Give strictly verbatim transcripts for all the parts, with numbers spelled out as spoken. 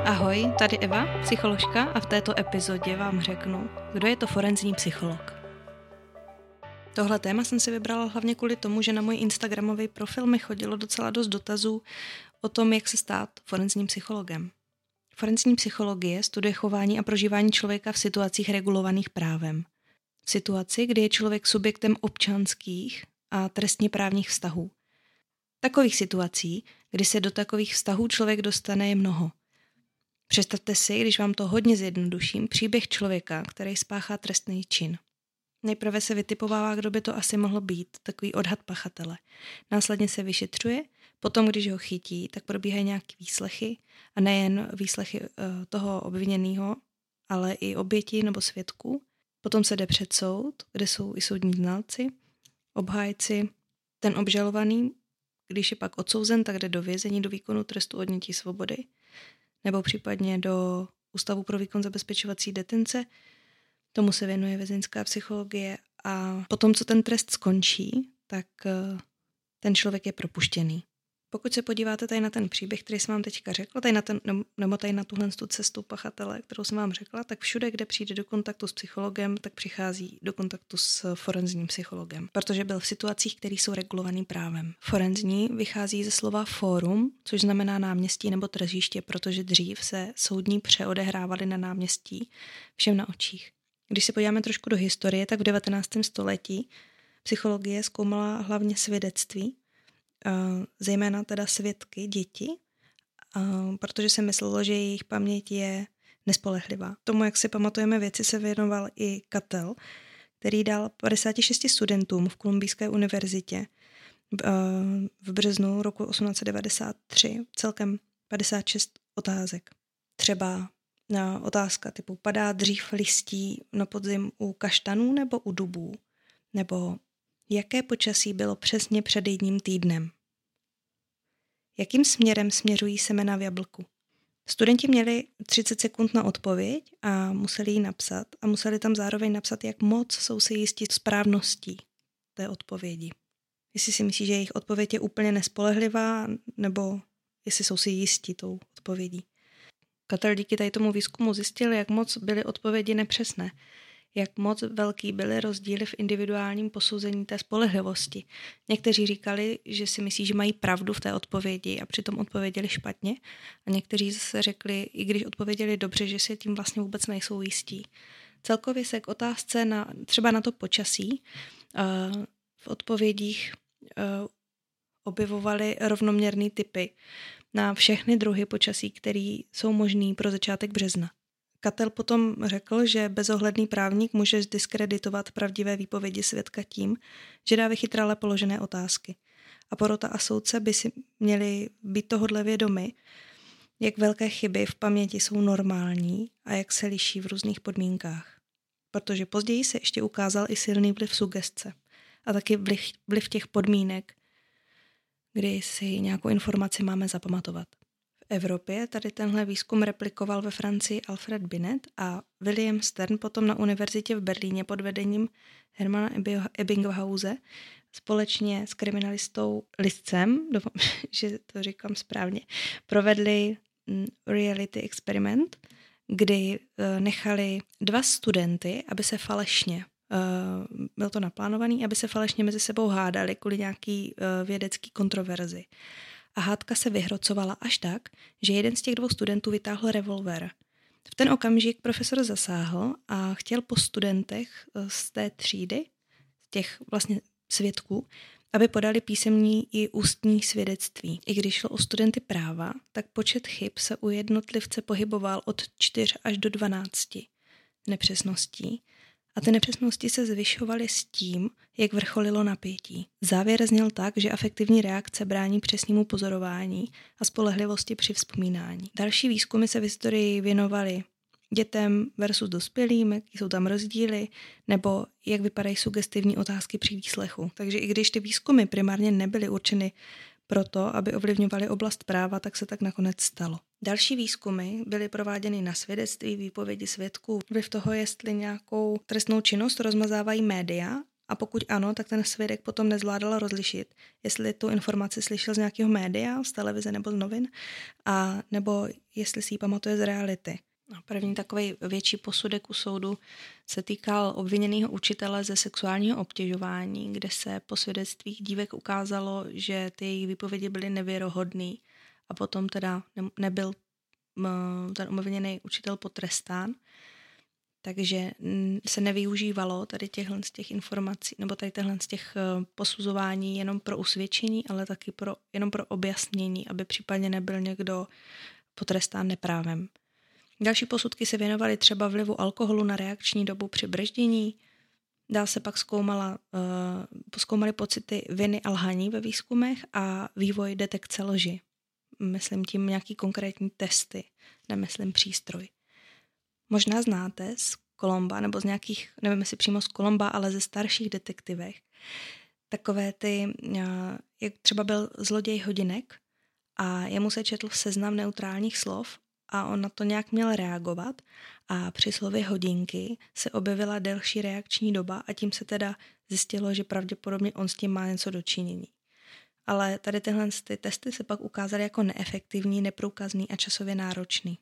Ahoj, tady Eva, psycholožka, a v této epizodě vám řeknu, kdo je to forenzní psycholog. Tohle téma jsem si vybrala hlavně kvůli tomu, že na můj instagramový profil mi chodilo docela dost dotazů o tom, jak se stát forenzním psychologem. Forenzní psychologie studuje chování a prožívání člověka v situacích regulovaných právem. V situaci, kdy je člověk subjektem občanských a trestně právních vztahů. Takových situací, kdy se do takových vztahů člověk dostane, je mnoho. Představte si, když vám to hodně zjednoduším, příběh člověka, který spáchá trestný čin. Nejprve se vytipovává, kdo by to asi mohl být, takový odhad pachatele. Následně se vyšetřuje, potom, když ho chytí, tak probíhají nějaké výslechy, a nejen výslechy uh, toho obviněného, ale i oběti nebo svědků. Potom se jde před soud, kde jsou i soudní znalci, obhájci, ten obžalovaný, když je pak odsouzen, tak jde do vězení, do výkonu trestu odnětí svobody, nebo případně do Ústavu pro výkon zabezpečovací detence. Tomu se věnuje vězeňská psychologie a potom, co ten trest skončí, tak ten člověk je propuštěný. Pokud se podíváte tady na ten příběh, který jsem vám teďka řekla, tady na ten, nebo tady na tuhle cestu pachatele, kterou jsem vám řekla, tak všude, kde přijde do kontaktu s psychologem, tak přichází do kontaktu s forenzním psychologem, protože byl v situacích, které jsou regulovaný právem. Forenzní vychází ze slova forum, což znamená náměstí nebo tržiště, protože dřív se soudní přeodehrávaly na náměstí všem na očích. Když se podíváme trošku do historie, tak v devatenáctém století psychologie zkoumala hlavně svědectví, zejména teda svědky, děti, protože se myslelo, že jejich paměť je nespolehlivá. Tomu, jak si pamatujeme věci, se věnoval i Cattell, který dal padesáti šesti studentům v Kolumbijské univerzitě v březnu roku osmnáct set devadesát tři celkem padesát šest otázek. Třeba na otázka typu padá dřív listí na podzim u kaštanů nebo u dubů? Nebo jaké počasí bylo přesně před jedním týdnem? Jakým směrem směřují semena v jablku? Studenti měli třicet sekund na odpověď a museli ji napsat a museli tam zároveň napsat, jak moc jsou si jistí správností té odpovědi. Jestli si myslí, že jejich odpověď je úplně nespolehlivá, nebo jestli jsou si jistí tou odpovědí. Cattell díky tady tomu výzkumu zjistil, jak moc byly odpovědi nepřesné, jak moc velký byly rozdíly v individuálním posouzení té spolehlivosti. Někteří říkali, že si myslí, že mají pravdu v té odpovědi a přitom odpověděli špatně, a někteří zase řekli, i když odpověděli dobře, že si tím vlastně vůbec nejsou jistí. Celkově se k otázce na, třeba na to počasí v odpovědích objevovaly rovnoměrné typy na všechny druhy počasí, které jsou možný pro začátek března. Cattell potom řekl, že bezohledný právník může zdiskreditovat pravdivé výpovědi svědka tím, že dá vychytrale položené otázky. A porota a soudce by si měli být tohodle vědomi, jak velké chyby v paměti jsou normální a jak se liší v různých podmínkách. Protože později se ještě ukázal i silný vliv sugestce a taky vliv, vliv těch podmínek, kdy si nějakou informaci máme zapamatovat. V Evropě tady tenhle výzkum replikoval ve Francii Alfred Binet a William Stern potom na univerzitě v Berlíně pod vedením Hermana Ebbinghause společně s kriminalistou Liscem, doufám, že to říkám správně, provedli reality experiment, kdy nechali dva studenty, aby se falešně, byl to naplánovaný, aby se falešně mezi sebou hádali kvůli nějaký vědecký kontroverzi. A hádka se vyhrocovala až tak, že jeden z těch dvou studentů vytáhl revolver. V ten okamžik profesor zasáhl a chtěl po studentech z té třídy, z těch vlastně svědků, aby podali písemní i ústní svědectví. I když šlo o studenty práva, tak počet chyb se u jednotlivce pohyboval od čtyř až do dvanácti nepřesností. A ty nepřesnosti se zvyšovaly s tím, jak vrcholilo napětí. Závěr zněl tak, že afektivní reakce brání přesnému pozorování a spolehlivosti při vzpomínání. Další výzkumy se v historii věnovaly dětem versus dospělým, jaký jsou tam rozdíly, nebo jak vypadají sugestivní otázky při výslechu. Takže i když ty výzkumy primárně nebyly určeny proto, aby ovlivňovaly oblast práva, tak se tak nakonec stalo. Další výzkumy byly prováděny na svědectví, výpovědi svědků, vliv toho, jestli nějakou trestnou činnost rozmazávají média A pokud ano, tak ten svědek potom nezvládal rozlišit, jestli tu informaci slyšel z nějakého média, z televize nebo z novin, a nebo jestli si ji pamatuje z reality. A první takový větší posudek u soudu se týkal obviněného učitele ze sexuálního obtěžování, kde se po svědectvích dívek ukázalo, že ty jejich výpovědi byly nevěrohodný a potom teda nebyl ten obviněný učitel potrestán. Takže se nevyužívalo tady těchhle z těch informací nebo tady těchhle z těch posuzování jenom pro usvědčení, ale taky pro, jenom pro objasnění, aby případně nebyl někdo potrestán neprávem. Další posudky se věnovaly třeba vlivu alkoholu na reakční dobu při brždění. Dál se pak zkoumala, uh, zkoumaly pocity viny a lhaní ve výzkumech a vývoj detekce lži. Myslím tím nějaký konkrétní testy, nemyslím přístroj. Možná znáte z Columba, nebo z nějakých, nevím jestli přímo z Columba, ale ze starších detektivech. Takové ty, jak třeba byl zloděj hodinek a jemu se četl seznam neutrálních slov a on na to nějak měl reagovat a při slově hodinky se objevila delší reakční doba a tím se teda zjistilo, že pravděpodobně on s tím má něco dočinění. Ale tady tyhle ty testy se pak ukázaly jako neefektivní, neprůkazný a časově náročný.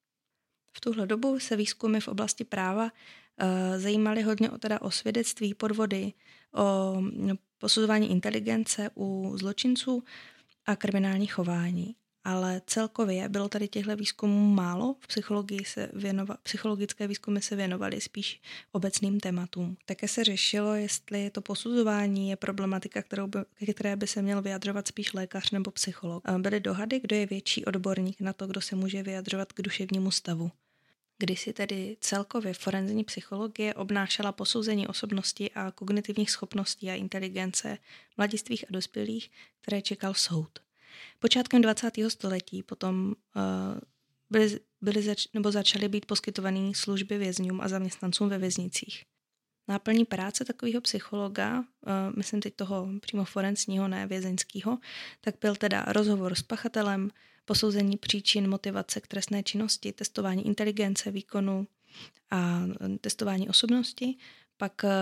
V tuhle dobu se výzkumy v oblasti práva e, zajímaly hodně o, teda o svědectví, podvody, o no, posuzování inteligence u zločinců a kriminální chování. Ale celkově bylo tady těchto výzkumů málo. V psychologii se věnova, psychologické výzkumy se věnovaly spíš obecným tématům. Také se řešilo, jestli to posuzování je problematika, kterou by, které by se měl vyjadřovat spíš lékař nebo psycholog. Byly dohady, kdo je větší odborník na to, kdo se může vyjadřovat k duševnímu stavu. Kdysi tedy celkově forenzní psychologie obnášela posouzení osobnosti a kognitivních schopností a inteligence mladistvých a dospělých, které čekal soud. Počátkem dvacátého století potom uh, byly, byly zač- nebo začaly být poskytované služby vězňům a zaměstnancům ve věznicích. Náplní práce takového psychologa, uh, myslím teď toho přímo forenzního, ne vězeňského, tak byl teda rozhovor s pachatelem, posouzení příčin, motivace k trestné činnosti, testování inteligence, výkonu a testování osobnosti, pak uh,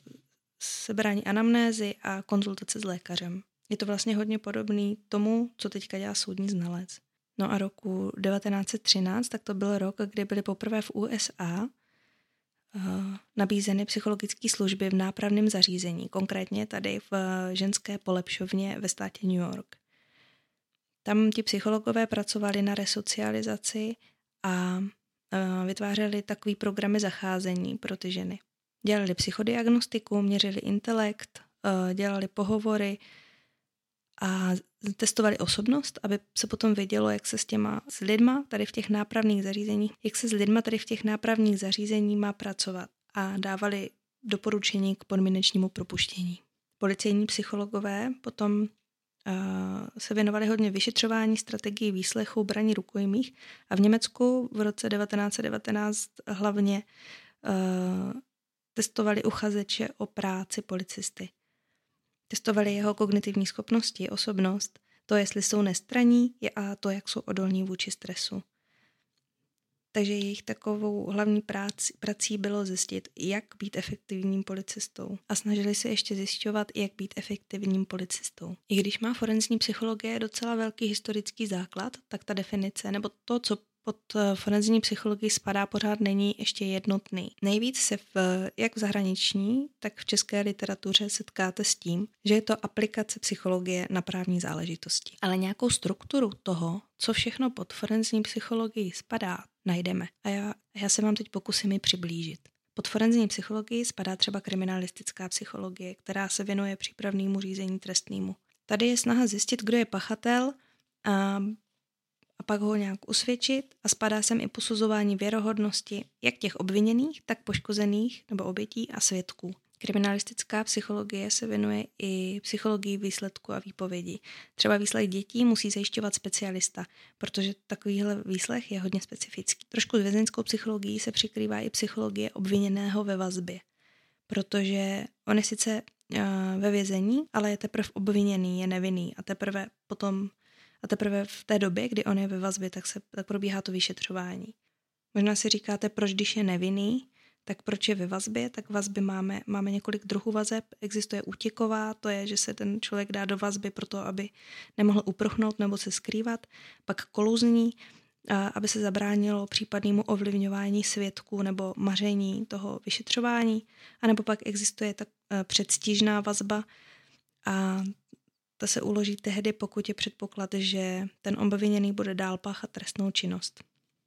sebrání anamnézy a konzultace s lékařem. Je to vlastně hodně podobný tomu, co teďka dělá soudní znalec. No a roku devatenáct set třináct, tak to byl rok, kdy byly poprvé v U S A uh, nabízeny psychologické služby v nápravném zařízení, konkrétně tady v ženské polepšovně ve státě New York. Tam ti psychologové pracovali na resocializaci a uh, vytvářeli takový programy zacházení pro ty ženy. Dělali psychodiagnostiku, měřili intelekt, uh, dělali pohovory a testovali osobnost, aby se potom vědělo, jak se s těma s lidma tady v těch nápravných zařízeních, jak se s lidma tady v těch nápravných zařízeních má pracovat a dávali doporučení k podmínečnímu propuštění. Policejní psychologové potom uh, se věnovali hodně vyšetřování strategii výslechu, braní rukojmích a v Německu v roce devatenáct set devatenáct hlavně uh, testovali uchazeče o práci policisty. Testovali jeho kognitivní schopnosti, osobnost, to, jestli jsou nestranní a to, jak jsou odolní vůči stresu. Takže jejich takovou hlavní práci, prací bylo zjistit, jak být efektivním policistou. A snažili se ještě zjišťovat, jak být efektivním policistou. I když má forenzní psychologie docela velký historický základ, tak ta definice, nebo to, co pod forenzní psychologii spadá, pořád není ještě jednotný. Nejvíc se v, jak v zahraniční, tak v české literatuře setkáte s tím, že je to aplikace psychologie na právní záležitosti. Ale nějakou strukturu toho, co všechno pod forenzní psychologii spadá, najdeme. A já, já se vám teď pokusím ji přiblížit. Pod forenzní psychologii spadá třeba kriminalistická psychologie, která se věnuje přípravnému řízení trestnému. Tady je snaha zjistit, kdo je pachatel a a pak ho nějak usvědčit a spadá sem i posuzování věrohodnosti jak těch obviněných, tak poškozených nebo obětí a svědků. Kriminalistická psychologie se věnuje i psychologii výsledku a výpovědi. Třeba výslech dětí musí zajišťovat specialista, protože takovýhle výslech je hodně specifický. Trošku s vězeňskou psychologií se přikrývá i psychologie obviněného ve vazbě, protože on je sice uh, ve vězení, ale je teprve obviněný, je nevinný a teprve potom A teprve v té době, kdy on je ve vazbě, tak, se, tak probíhá to vyšetřování. Možná si říkáte, proč když je nevinný, Tak proč je ve vazbě? Tak vazby máme, máme několik druhů vazeb. Existuje útěková, to je, že se ten člověk dá do vazby proto, aby nemohl uprchnout nebo se skrývat. Pak koluzní, aby se zabránilo případnému ovlivňování svědků nebo maření toho vyšetřování. A nebo pak existuje tak předstížná vazba a ta se uloží tehdy, pokud je předpoklad, že ten obviněný bude dál páchat trestnou činnost.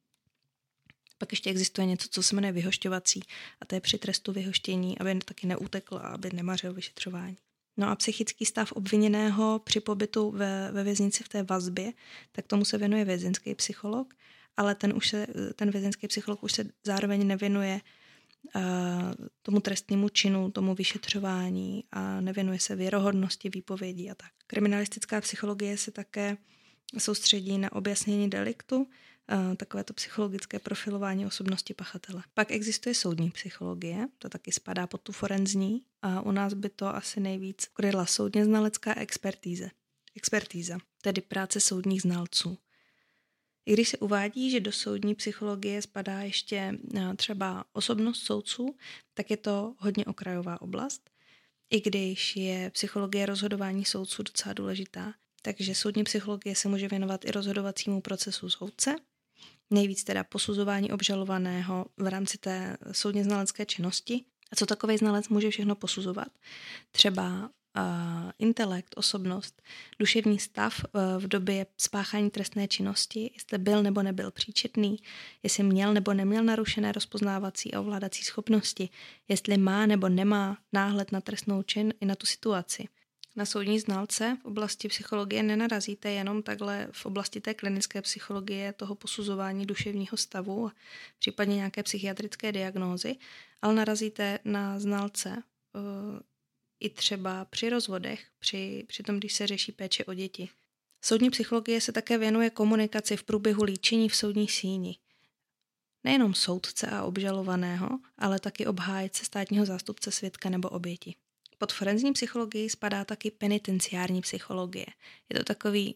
Pak ještě existuje něco, co se jmenuje vyhošťovací a to je při trestu vyhoštění, aby taky neutekl a aby nemařil vyšetřování. No a psychický stav obviněného při pobytu ve, ve věznici v té vazbě, tak tomu se věnuje vězeňský psycholog, ale ten, už se, ten vězeňský psycholog už se zároveň nevěnuje uh, tomu trestnému činu, tomu vyšetřování a nevěnuje se věrohodnosti výpovědí a tak. Kriminalistická psychologie se také soustředí na objasnění deliktu, takové to psychologické profilování osobnosti pachatele. Pak existuje soudní psychologie, to taky spadá pod tu forenzní a u nás by to asi nejvíc kryla soudně znalecká expertíze. expertíza, tedy práce soudních znalců. I když se uvádí, že do soudní psychologie spadá ještě třeba osobnost soudců, tak je to hodně okrajová oblast, i když je psychologie rozhodování soudců docela důležitá. Takže soudní psychologie se může věnovat i rozhodovacímu procesu soudce, nejvíc teda posuzování obžalovaného v rámci té soudně znalecké činnosti. A co takový znalec může všechno posuzovat? Třeba uh, intelekt, osobnost, duševní stav uh, v době spáchání trestné činnosti, jestli byl nebo nebyl příčetný, jestli měl nebo neměl narušené rozpoznávací a ovládací schopnosti, jestli má nebo nemá náhled na trestnou čin i na tu situaci. Na soudní znalce v oblasti psychologie nenarazíte jenom takhle v oblasti té klinické psychologie, toho posuzování duševního stavu, případně nějaké psychiatrické diagnózy, ale narazíte na znalce uh, i třeba při rozvodech, při, při tom, když se řeší péče o děti. Soudní psychologie se také věnuje komunikaci v průběhu líčení v soudní síni. Nejenom soudce a obžalovaného, ale taky obhájce, státního zástupce, svědka nebo oběti. Pod forenzní psychologii spadá taky penitenciární psychologie. Je to takový,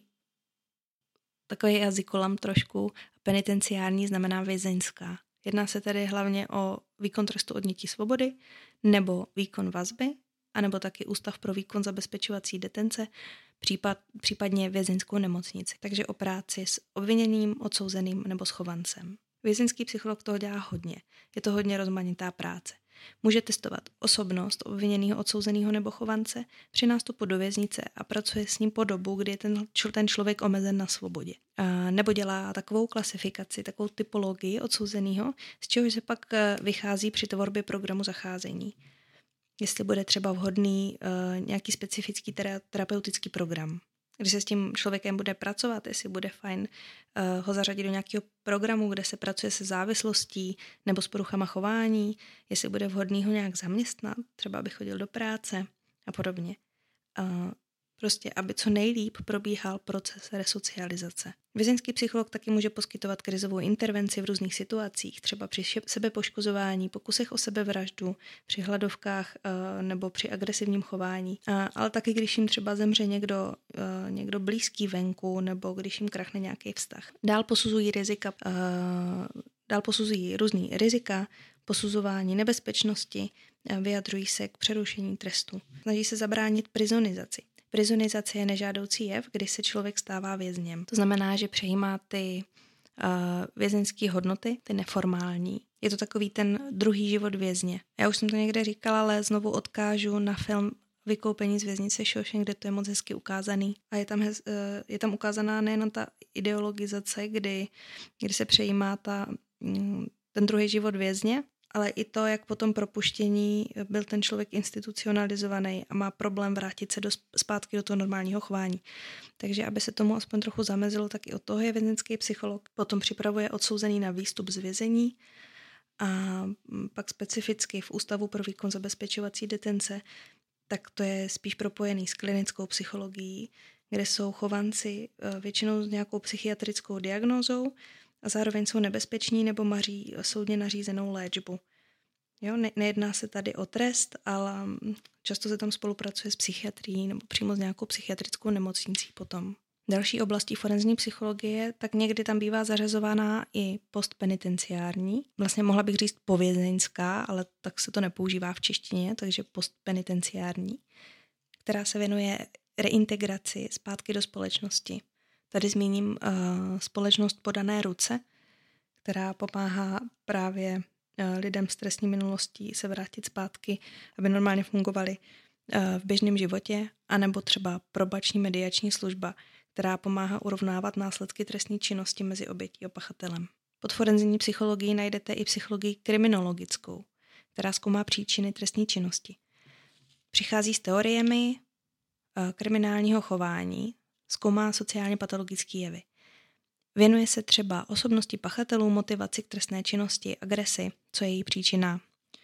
takový jazykolam trošku. Penitenciární znamená vězeňská. Jedná se tedy hlavně o výkon trestu odnětí svobody nebo výkon vazby, anebo taky ústav pro výkon zabezpečovací detence, případ, případně vězeňskou nemocnici. Takže o práci s obviněným, odsouzeným nebo schovancem. Vězeňský psycholog toho dělá hodně. Je to hodně rozmanitá práce. Může testovat osobnost obviněného, odsouzeného nebo chovance při nástupu do věznice a pracuje s ním po dobu, kdy je ten, ten člověk omezen na svobodě. A nebo dělá takovou klasifikaci, takovou typologii odsouzeného, z čehož se pak vychází při tvorbě programu zacházení. Jestli bude třeba vhodný uh, nějaký specifický terapeutický program. Když se s tím člověkem bude pracovat, jestli bude fajn uh, ho zařadit do nějakého programu, kde se pracuje se závislostí nebo s poruchama chování, jestli bude vhodný ho nějak zaměstnat, třeba aby chodil do práce a podobně. Uh, prostě, aby co nejlíp probíhal proces resocializace. Vězeňský psycholog taky může poskytovat krizovou intervenci v různých situacích, třeba při sebepoškozování, pokusech o sebevraždu, při hladovkách uh, nebo při agresivním chování. Uh, ale taky, když jim třeba zemře někdo, uh, někdo blízký venku nebo když jim krachne nějaký vztah. Dál posuzují rizika, uh, dál posuzují různý rizika, posuzování nebezpečnosti, uh, vyjadřují se k přerušení trestu. Snaží se zabránit prizonizaci. Prizonizace je nežádoucí jev, kdy se člověk stává vězněm. To znamená, že přejímá ty uh, vězeňské hodnoty, ty neformální. Je to takový ten druhý život vězně. Já už jsem to někde říkala, ale znovu odkážu na film Vykoupení z věznice Shawshank, kde to je moc hezky ukázaný. A je tam, hez, uh, je tam ukázaná nejenom ta ideologizace, kdy, kdy se přejímá ta, um, ten druhý život vězně, ale i to, jak po tom propuštění byl ten člověk institucionalizovaný a má problém vrátit se do, zpátky do toho normálního chování. Takže aby se tomu aspoň trochu zamezilo, tak i od toho je vězeňský psycholog. Potom připravuje odsouzený na výstup z vězení a pak specificky v Ústavu pro výkon zabezpečovací detence, tak to je spíš propojený s klinickou psychologií, kde jsou chovanci většinou s nějakou psychiatrickou diagnózou, a zároveň jsou nebezpeční nebo maří soudně nařízenou léčbu. Jo, ne, nejedná se tady o trest, ale často se tam spolupracuje s psychiatrií nebo přímo s nějakou psychiatrickou nemocnicí potom. Další oblastí forenzní psychologie, tak někdy tam bývá zařazována i postpenitenciární. Vlastně mohla bych říct povězeňská, ale tak se to nepoužívá v češtině, takže postpenitenciární, která se věnuje reintegraci zpátky do společnosti. Tady zmíním uh, společnost Podané ruce, která pomáhá právě uh, lidem s trestní minulostí se vrátit zpátky, aby normálně fungovali uh, v běžném životě, anebo třeba probační mediační služba, která pomáhá urovnávat následky trestní činnosti mezi obětí a pachatelem. Pod forenzní psychologií najdete i psychologii kriminologickou, která zkoumá příčiny trestní činnosti. Přichází s teoriemi uh, kriminálního chování, zkoumá sociálně patologické jevy. Věnuje se třeba osobnosti pachatelů, motivaci k trestné činnosti, agresi, co je její příčina.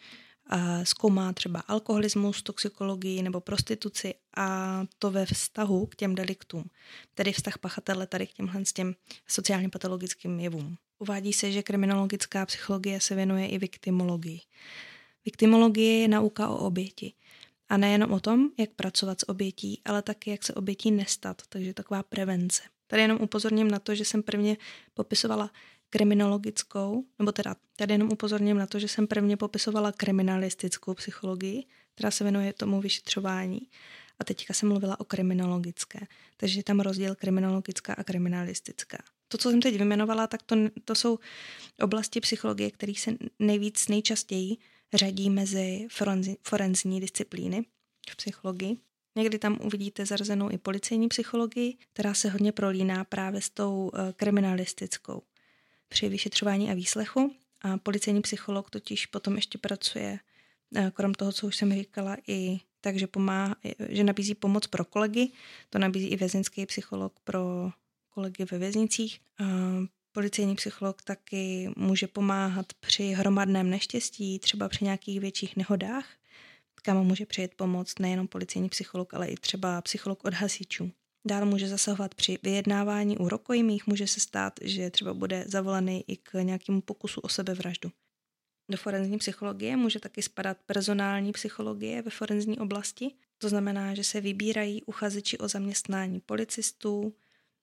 Zkoumá třeba alkoholismus, toxikologii nebo prostituci a to ve vztahu k těm deliktům, tedy vztah pachatele tady k těmhle s těm sociálně patologickým jevům. Uvádí se, že kriminologická psychologie se věnuje i viktimologii. Viktimologie je nauka o oběti. A nejenom o tom, jak pracovat s obětí, ale taky, jak se obětí nestat, takže taková prevence. Tady jenom upozorním na to, že jsem prvně popisovala kriminologickou, nebo teda tady jenom upozorním na to, že jsem prvně popisovala kriminalistickou psychologii, která se věnuje tomu vyšetřování. A teďka jsem mluvila o kriminologické, takže je tam rozdíl kriminologická a kriminalistická. To, co jsem teď vyjmenovala, tak to, to jsou oblasti psychologie, které se nejvíc, nejčastěji řadí mezi forenzi, forenzní disciplíny v psychologii. Někdy tam uvidíte zařazenou i policejní psychologii, která se hodně prolíná právě s tou uh, kriminalistickou při vyšetřování a výslechu. A policejní psycholog totiž potom ještě pracuje, uh, krom toho, co už jsem říkala, i takže pomáhá, že nabízí pomoc pro kolegy, to nabízí i vězeňský psycholog pro kolegy ve věznicích. Uh, Policejní psycholog taky může pomáhat při hromadném neštěstí, třeba při nějakých větších nehodách, kam může přijet pomoct nejenom policejní psycholog, ale i třeba psycholog od hasičů. Dál může zasahovat při vyjednávání u rukojmích, může se stát, že třeba bude zavolaný i k nějakému pokusu o sebevraždu. Do forenzní psychologie může taky spadat personální psychologie ve forenzní oblasti. To znamená, že se vybírají uchazeči o zaměstnání policistů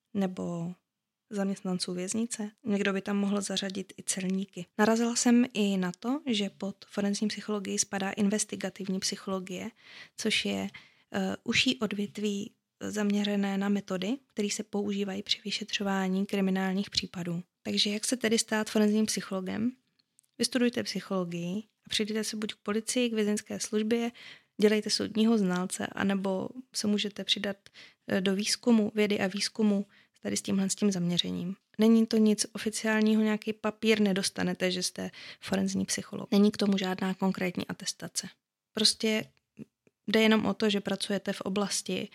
nebo zaměstnanců věznice. Někdo by tam mohl zařadit i celníky. Narazila jsem i na to, že pod forenzní psychologii spadá investigativní psychologie, což je uh, užší odvětví zaměřené na metody, které se používají při vyšetřování kriminálních případů. Takže jak se tedy stát forenzním psychologem? Vystudujte psychologii a přijdete se buď k policii, k vězeňské službě, dělejte soudního znalce, anebo se můžete přidat do výzkumu, vědy a výzkumu tady s tímhle s tím zaměřením. Není to nic oficiálního, nějaký papír nedostanete, že jste forenzní psycholog. Není k tomu žádná konkrétní atestace. Prostě jde jenom o to, že pracujete v oblasti,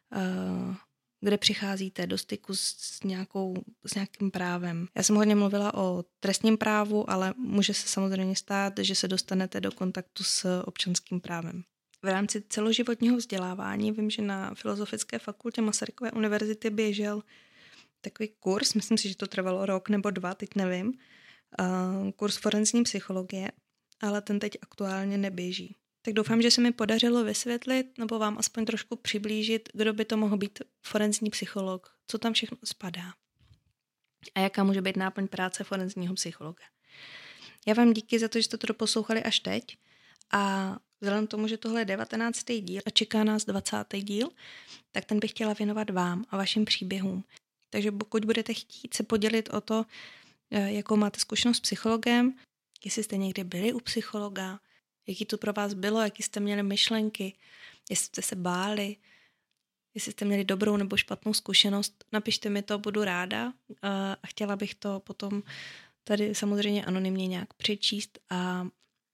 kde přicházíte do styku s, nějakou, s nějakým právem. Já jsem hodně mluvila o trestním právu, ale může se samozřejmě stát, že se dostanete do kontaktu s občanským právem. V rámci celoživotního vzdělávání vím, že na Filozofické fakultě Masarykovy univerzity běžel takový kurz, myslím si, že to trvalo rok nebo dva, teď nevím, uh, kurz forenzní psychologie, ale ten teď aktuálně neběží. Tak doufám, že se mi podařilo vysvětlit nebo vám aspoň trošku přiblížit, kdo by to mohl být forenzní psycholog, co tam všechno spadá a jaká může být náplň práce forenzního psychologa. Já vám díky za to, že jste to doposlouchali až teď a vzhledem k tomu, že tohle je devatenáctý díl a čeká nás dvacátý díl, tak ten bych chtěla věnovat vám a vašim příběhům. Takže pokud budete chtít se podělit o to, jakou máte zkušenost s psychologem, jestli jste někdy byli u psychologa, jaký to pro vás bylo, jaký jste měli myšlenky, jestli jste se báli, jestli jste měli dobrou nebo špatnou zkušenost, napište mi to, budu ráda a chtěla bych to potom tady samozřejmě anonymně nějak přečíst a,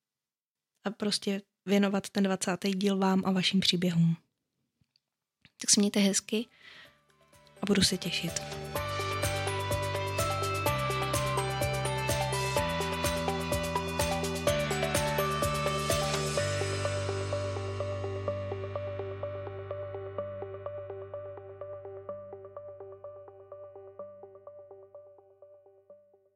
a prostě věnovat ten dvacátý díl vám a vašim příběhům. Tak se mějte hezky a budu se těšit.